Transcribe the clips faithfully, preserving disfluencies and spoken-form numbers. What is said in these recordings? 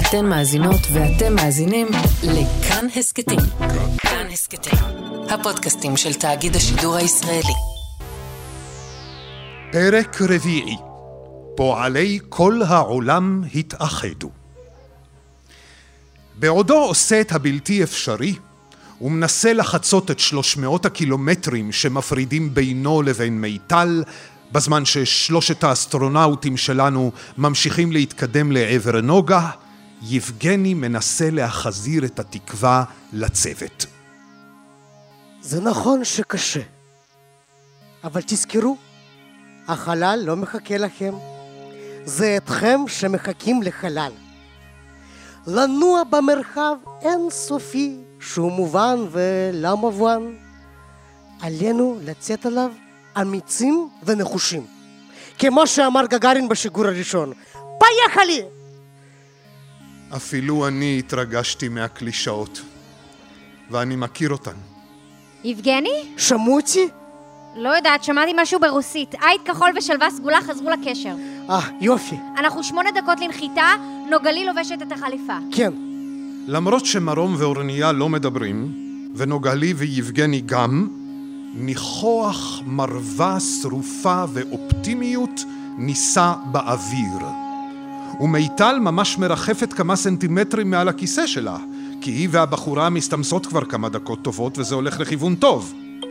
אתן מאזינות ואתם מאזינים לכאן הסקטים. כאן הסקטים, הפודקאסטים של תאגיד השידור הישראלי. פרק רביעי, פועלי כל העולם התאחדו. בעודו עושה את הבלתי אפשרי, הוא מנסה לחצות את שלוש מאות הקילומטרים שמפרידים בינו לבין מיטל, בזמן ששלושת האסטרונאוטים שלנו ממשיכים להתקדם לעבר נוגה, יבגני מנסה להחזיר את התקווה לצוות. זה נכון שקשה, אבל תזכרו, החלל לא מחכה לכם, זה אתכם שמחכים לחלל. לנוע במרחב אינסופי שהוא מובן ולא מובן, עלינו לצאת עליו אמיצים ונחושים, כמו שאמר גגארין בשיגור הראשון. פייחלי! אפילו אני התרגשתי מהקלישאות, ואני מכיר אותן. יבגני? שמעו אותי? לא יודעת, שמעתי משהו ברוסית. עית כחול ושלווה סגולה חזרו לקשר. אה, יופי. אנחנו שמונה דקות לנחיתה, נוגלי לובשת את החליפה. כן. למרות שמרום ואורניה לא מדברים, ונוגלי ויבגני גם, ניחוח, מרווה, שרופה ואופטימיות ניסה באוויר. ומיטל ממש מרחפת כמה סנטימטרים מעל הכיסא שלה, כי היא והבחורה מסתמסות כבר כמה דקות טובות וזה הולך לכיוון טוב.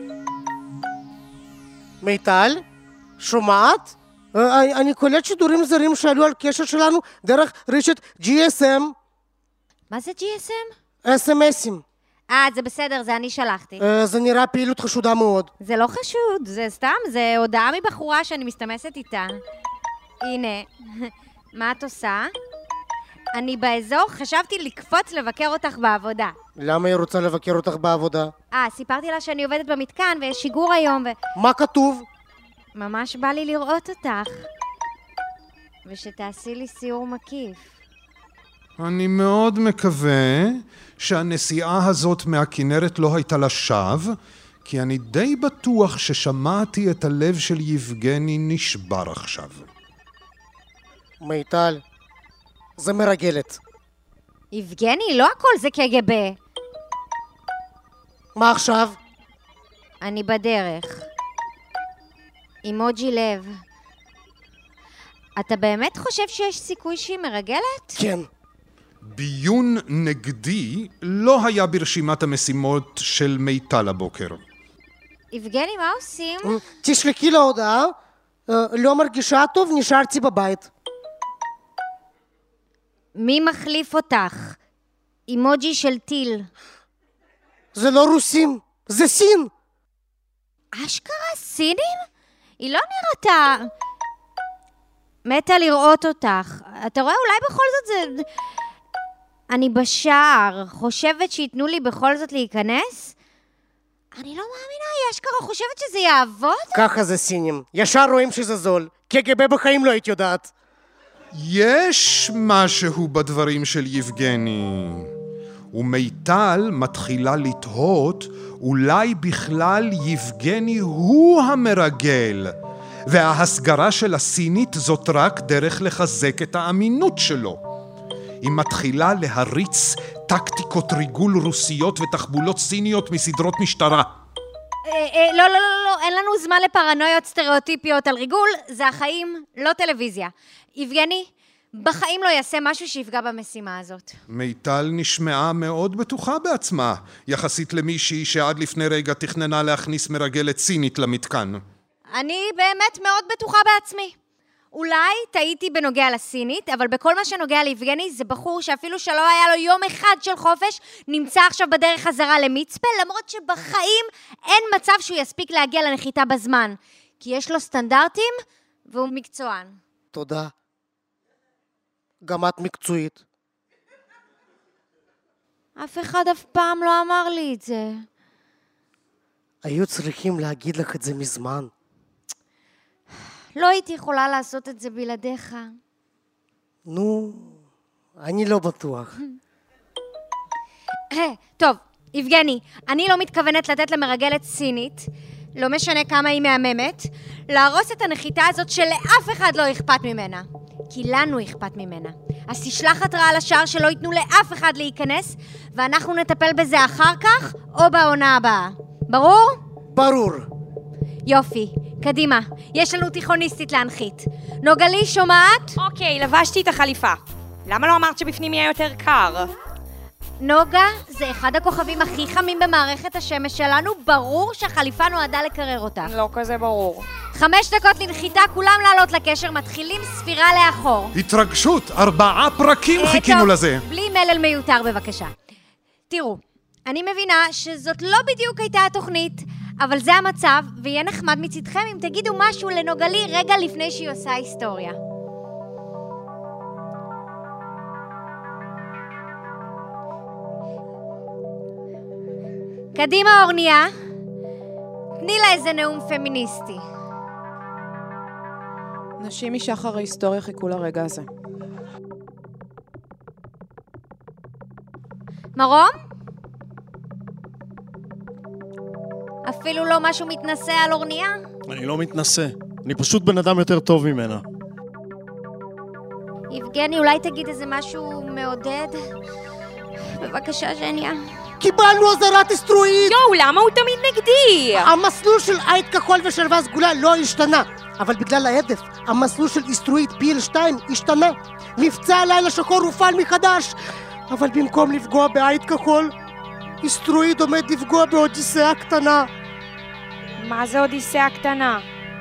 מיטל? שומעת? אני קולט שידורים זרים שעלו על קשר שלנו דרך רשת ג'י אס אם. מה זה ג'י אס אם? אס אם אסים. אה, זה בסדר, זה אני שלחתי. זה נראה פעילות חשודה מאוד. זה לא חשוד, זה סתם, זה הודעה מבחורה שאני מסתמסת איתה. הנה, מה את עושה? אני באזור, חשבתי לקפוץ לבקר אותך בעבודה. למה היא רוצה לבקר אותך בעבודה? אה, סיפרתי לה שאני עובדת במתקן ויש שיגור היום ו... מה כתוב? ממש בא לי לראות אותך. ושתעשי לי סיור מקיף. אני מאוד מקווה שהנסיעה הזאת מהכנרת לא הייתה לשווא, כי אני די בטוח ששמעתי את הלב של יבגני נשבר עכשיו. מיטל, זה מרגלת. יבגני, לא הכל זה קג"ב. מה עכשיו? אני בדרך. אימוג'י לב. אתה באמת חושב שיש סיכוי שהיא מרגלת? כן. ביון נגדי לא היה ברשימת המשימות של מיטל הבוקר. יבגני, מה עושים? תשלחי לה הודעה. לא מרגישה טוב, נשארתי בבית. מי מחליף אותך? אימוג'י של טיל. זה לא רוסים, זה סין. אשכרה סינים? היא לא נראתה... מתה לראות אותך. אתה רואה, אולי בכל זאת זה... אני בשער, חושבת שיתנו לי בכל זאת להיכנס? אני לא מאמינה, היא אשכרה חושבת שזה יעבוד? ככה זה סינים, ישר רואים שזה זול. קג"ב בחיים לא היית יודעת. יש משהו בדברים של יבגני. ומיטל מתחילה לתהות, אולי בכלל יבגני הוא המרגל, וההסגרה של הסינית זאת רק דרך לחזק את האמינות שלו. היא מתחילה להריץ טקטיקות ריגול רוסיות ותחבולות סיניות מסדרות משטרה. לא, לא, לא, לא, אין לנו זמן לפרנויות סטריאוטיפיות על ריגול, זה החיים, לא טלוויזיה. יבגני, בחיים לא יעשה משהו שיפגע במשימה הזאת. מיטל נשמעה מאוד בטוחה בעצמה, יחסית למישהי שעד לפני רגע תכננה להכניס מרגלת סינית למתקן. אני באמת מאוד בטוחה בעצמי. אולי טעיתי בנוגע לסינית, אבל בכל מה שנוגע ליבגני זה בחור שאפילו שלא היה לו יום אחד של חופש, נמצא עכשיו בדרך חזרה למצפה, למרות שבחיים אין מצב שהוא יספיק להגיע לנחיתה בזמן. כי יש לו סטנדרטים והוא מקצוען. תודה. גם את מקצועית. אף אחד אף פעם לא אמר לי את זה. היו צריכים להגיד לך את זה מזמן. לא הייתי יכולה לעשות את זה בלעדיך. נו, אני לא בטוח. טוב, יבגני, אני לא מתכוונת לתת למרגלת סינית לא משנה כמה היא מהממת, להרוס את הנחיתה הזאת שלאף אחד לא אכפת ממנה. כי לנו אכפת ממנה. אז תשלח התראה לשער שלא ייתנו לאף אחד להיכנס, ואנחנו נטפל בזה אחר כך או בעונה הבאה. ברור? ברור. יופי, קדימה. יש לנו תיכוניסטית להנחית. נוגלי, שומעת? אוקיי, לבשתי את החליפה. למה לא אמרת שבפנים יהיה יותר קר? נוגה, זה אחד הכוכבים הכי חמים במערכת השמש שלנו, ברור שהחליפה נועדה לקרר אותך. לא כזה ברור. חמש דקות לנחיתה, כולם לעלות לקשר, מתחילים ספירה לאחור. התרגשות, ארבעה פרקים אה, חיכינו טוב, לזה. בלי מלל מיותר בבקשה. תראו, אני מבינה שזאת לא בדיוק הייתה התוכנית, אבל זה המצב, ויהיה נחמד מצדכם אם תגידו משהו לנוגלי רגע לפני שהיא עושה היסטוריה. קדימה אורניה, תני לה איזה נאום פמיניסטי. נשים משחר ההיסטוריה חיכו לרגע הזה. מרום? אפילו לא משהו מתנשא על אורניה? אני לא מתנשא, אני פשוט בן אדם יותר טוב ממנה. יבגני, אולי תגיד איזה משהו מעודד? בבקשה, ז'ניה. קיבלנו אזהרת אסטרואיד! יואו, למה הוא תמיד נגדי? המסלול של עית כחול ושלווה סגולה לא השתנה, אבל בגלל ההדף, המסלול של אסטרואיד פי אל שתיים השתנה. מבצע הלילה שחור הופעל מחדש, אבל במקום לפגוע בעית כחול, אסטרואיד עומד לפגוע באודיסאה קטנה. מה זה אודיסאה קטנה?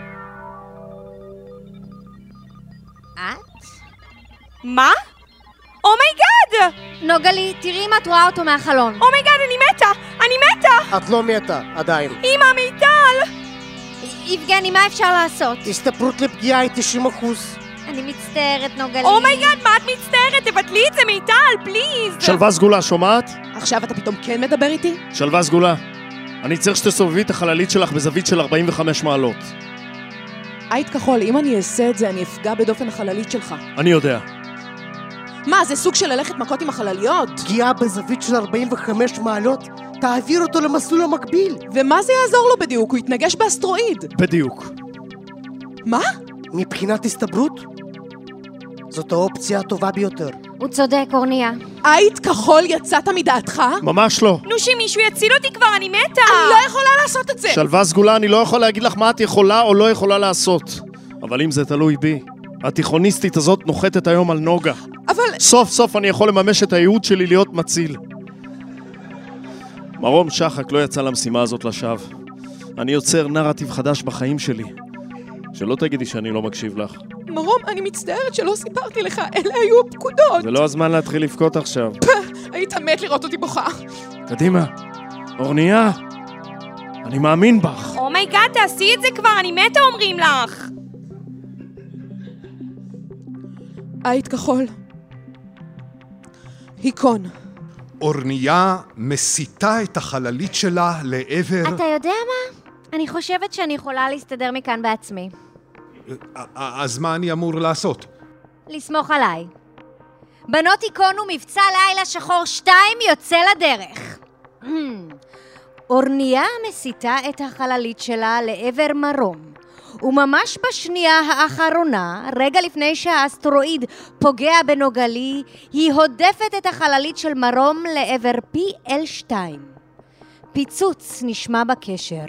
את? מה? אומייגאד! נוגלי, תראי אם את רואה אותו מהחלון. אומייגאד, אני מתה! אני מתה! את לא מתה, עדיין. אמא, מיטל! יבגני, מה אפשר לעשות? הסתברות לפגיעה היא תשעים אחוז. אני מצטערת, נוגלי. אומייגאד, מה את מצטערת? תבטלי את זה, מיטל, פליז! שלווה סגולה, שומעת? עכשיו אתה פתאום כן מדבר איתי? שלווה סגולה, אני צריך שתסובבי את החללית שלך בזווית של ארבעים וחמש מעלות. עית כחול, אם אני אעשה את זה, אני אפגע בדופן החללית שלך. אני יודע. מה, זה סוג של ללכת מכות עם החלליות? פגיעה בזווית של ארבעים וחמש מעלות, תעביר אותו למסלול המקביל. ומה זה יעזור לו בדיוק? הוא יתנגש באסטרואיד. בדיוק. מה? מבחינת הסתברות, זאת האופציה הטובה ביותר. הוא צודק, אורניה. עית כחול, יצאת מדעתך? ממש לא. נו, שמישהו יציל אותי כבר, אני מתה! אני לא יכולה לעשות את זה! שלווה סגולה, אני לא יכול להגיד לך מה את יכולה או לא יכולה לעשות. אבל אם זה תלוי בי, התיכוניסטית הזאת נוחתת היום על נוגה. אבל... סוף סוף אני יכול לממש את הייעוד שלי להיות מציל. מרום שחק לא יצא למשימה הזאת לשווא. אני יוצר נרטיב חדש בחיים שלי. שלא תגידי שאני לא מקשיב לך. מרום, אני מצטערת שלא סיפרתי לך, אלה היו הפקודות. זה לא הזמן להתחיל לבכות עכשיו. היית מת לראות אותי בוכה. קדימה, אורניה, אני מאמין בך. אומייגאד, תעשי את זה כבר, אני מתה אומרים לך! עית כחול. היכון. אורניה מסיתה את החללית שלה לעבר... אתה יודע מה? אני חושבת שאני יכולה להסתדר מכאן בעצמי. אז מה אני אמור לעשות? לסמוך עליי. בנות היכונו, מבצע לילה שחור שתיים יוצא לדרך. אורניה מסיתה את החללית שלה לעבר מרום. וממש בשנייה האחרונה, רגע לפני שהאסטרואיד פוגע בנוגלי, היא הודפת את החללית של מרום לעבר פי אל שתיים. פיצוץ נשמע בקשר.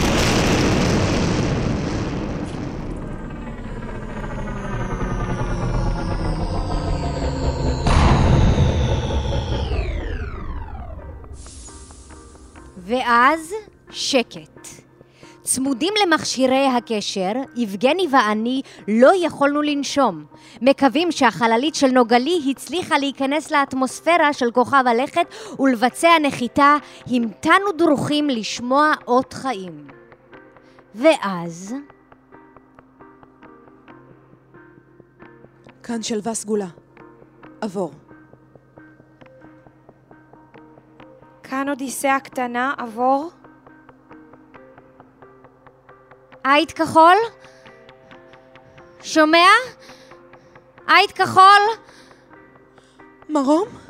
ואז שקט. צמודים למכשירי הקשר, יבגני ואני לא יכולנו לנשום. מקווים שהחללית של נוגלי הצליחה להיכנס לאטמוספירה של כוכב הלכת ולבצע נחיתה, המתנו דרוכים לשמוע אות חיים. ואז... כאן שלווה סגולה. עבור. כאן אודיסאה קטנה, עבור. עית כחול? שומע? עית כחול? מרום?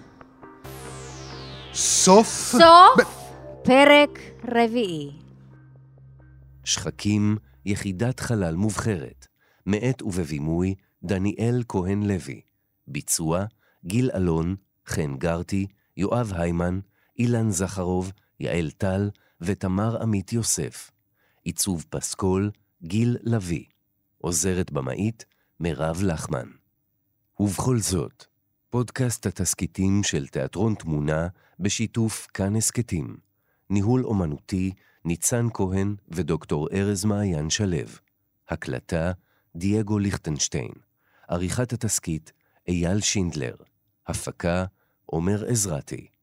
סוף... סוף פרק רביעי. שחקים, יחידת חלל מובחרת. מאת ובבימוי, דניאל כהן לוי. ביצוע, גיל אלון, חן גרתי, יואב היימן, אילן זכרוב, יעל טל ותמר עמית יוסף. עיצוב פסקול, גיל לוי. עוזרת במאית, מירב לחמן. ובכל זאת, פודקאסט התסקיטים של תיאטרון תמונה בשיתוף כאן הסקטים. ניהול אומנותי, ניצן כהן ודוקטור ארז מעיין שלב. הקלטה, דייגו ליכטנשטיין. עריכת התסקית, אייל שינדלר. הפקה, עומר עזרתי.